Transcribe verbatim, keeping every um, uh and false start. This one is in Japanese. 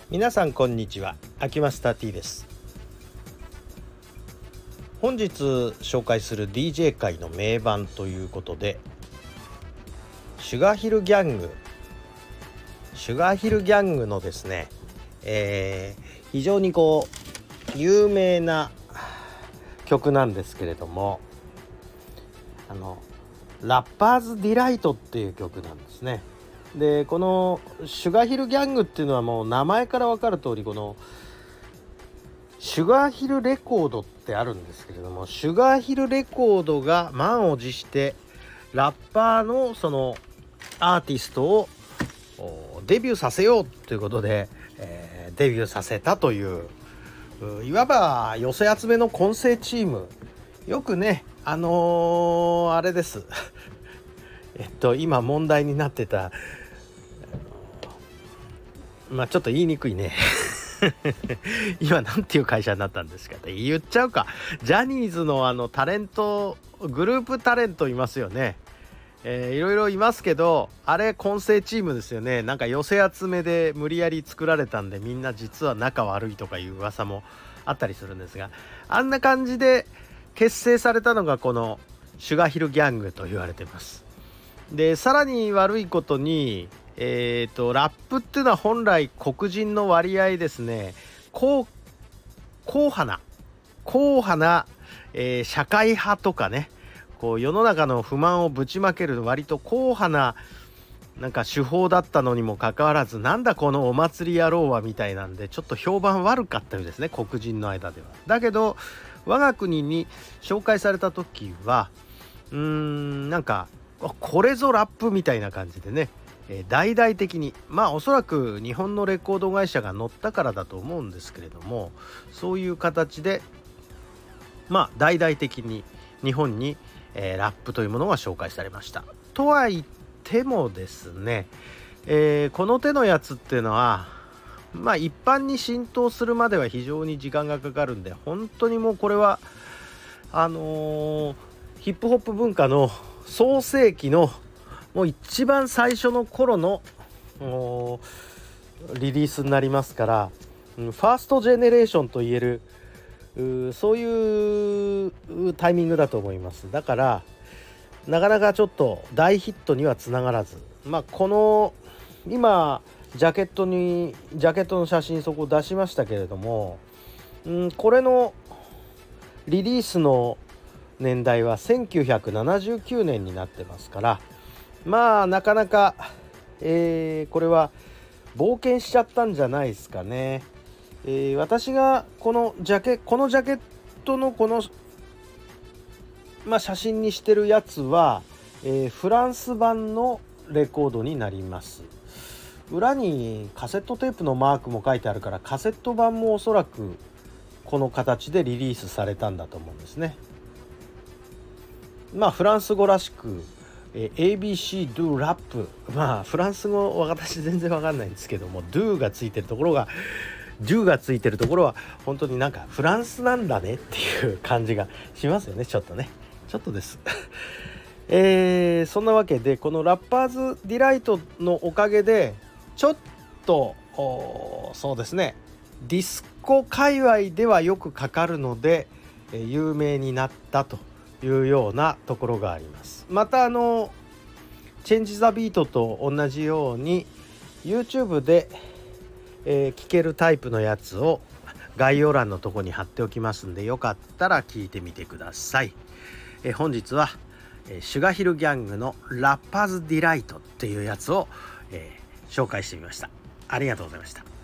皆さんこんにちは、秋マスター T です。本日紹介する ディージェー 界の名盤ということで、シュガーヒルギャングシュガーヒルギャングのですね、えー、非常にこう有名な曲なんですけれども、あのラッパーズディライトっていう曲なんですね。でこのシュガーヒルギャングっていうのはもう名前から分かる通り、このシュガーヒルレコードってあるんですけれども、シュガーヒルレコードが満を持してラッパーのそのアーティストをデビューさせようということで、えー、デビューさせたという、いわば寄せ集めの混成チーム。よくねあのー、あれですえっと今問題になってた、まあちょっと言いにくいね今なんていう会社になったんですかって言っちゃうか。ジャニーズのあのタレントグループタレントいますよね。えー、いろいろいますけど、あれ混成チームですよね。なんか寄せ集めで無理やり作られたんで、みんな実は仲悪いとかいう噂もあったりするんですが、あんな感じで結成されたのがこのシュガーヒルギャングと言われています。でさらに悪いことに、えーとラップっていうのは本来黒人の割合ですね、硬派な硬派な、えー、社会派とかね、こう世の中の不満をぶちまける割と硬派ななんか手法だったのにもかかわらず、なんだこのお祭り野郎はみたいなんで、ちょっと評判悪かったようですね、黒人の間では。だけど我が国に紹介された時はうーんなんかこれぞラップみたいな感じでね、えー、大々的に、まあおそらく日本のレコード会社が乗ったからだと思うんですけれども、そういう形でまあ大々的に日本に、えー、ラップというものが紹介されました。とは言ってもですね、えー、この手のやつっていうのはまあ一般に浸透するまでは非常に時間がかかるんで、本当にもうこれはあのー、ヒップホップ文化の創世期のもう一番最初の頃のリリースになりますから、ファーストジェネレーションといえるそういうタイミングだと思います。だからなかなかちょっと大ヒットにはつながらず、まあこの今ジャケットにジャケットの写真そこ出しましたけれども、んこれのリリースの年代はせんきゅうひゃくななじゅうきゅうねんになってますから、まあなかなか、えー、これは冒険しちゃったんじゃないですかね。えー、私がこのジャケこのジャケットのこの、まあ、写真にしてるやつは、えー、フランス版のレコードになります。裏にカセットテープのマークも書いてあるから、カセット版もおそらくこの形でリリースされたんだと思うんですね。まあフランス語らしく、えー、エービーシー do ラップ、まあフランス語私全然わかんないんですけども、 do がついてるところが do がついてるところは本当になんかフランスなんだねっていう感じがしますよね。ちょっとねちょっとですえー、そんなわけでこのラッパーズディライトのおかげでちょっとそうですね、ディスコ界隈ではよくかかるので、えー、有名になったというようなところがあります。またあのチェンジザビートと同じように YouTube で、えー、聴けるタイプのやつを概要欄のとこに貼っておきますんで、よかったら聞いてみてください。えー、本日は、えー、シュガーヒルギャングのラッパーズディライトっていうやつを、えー、紹介してみました。ありがとうございました。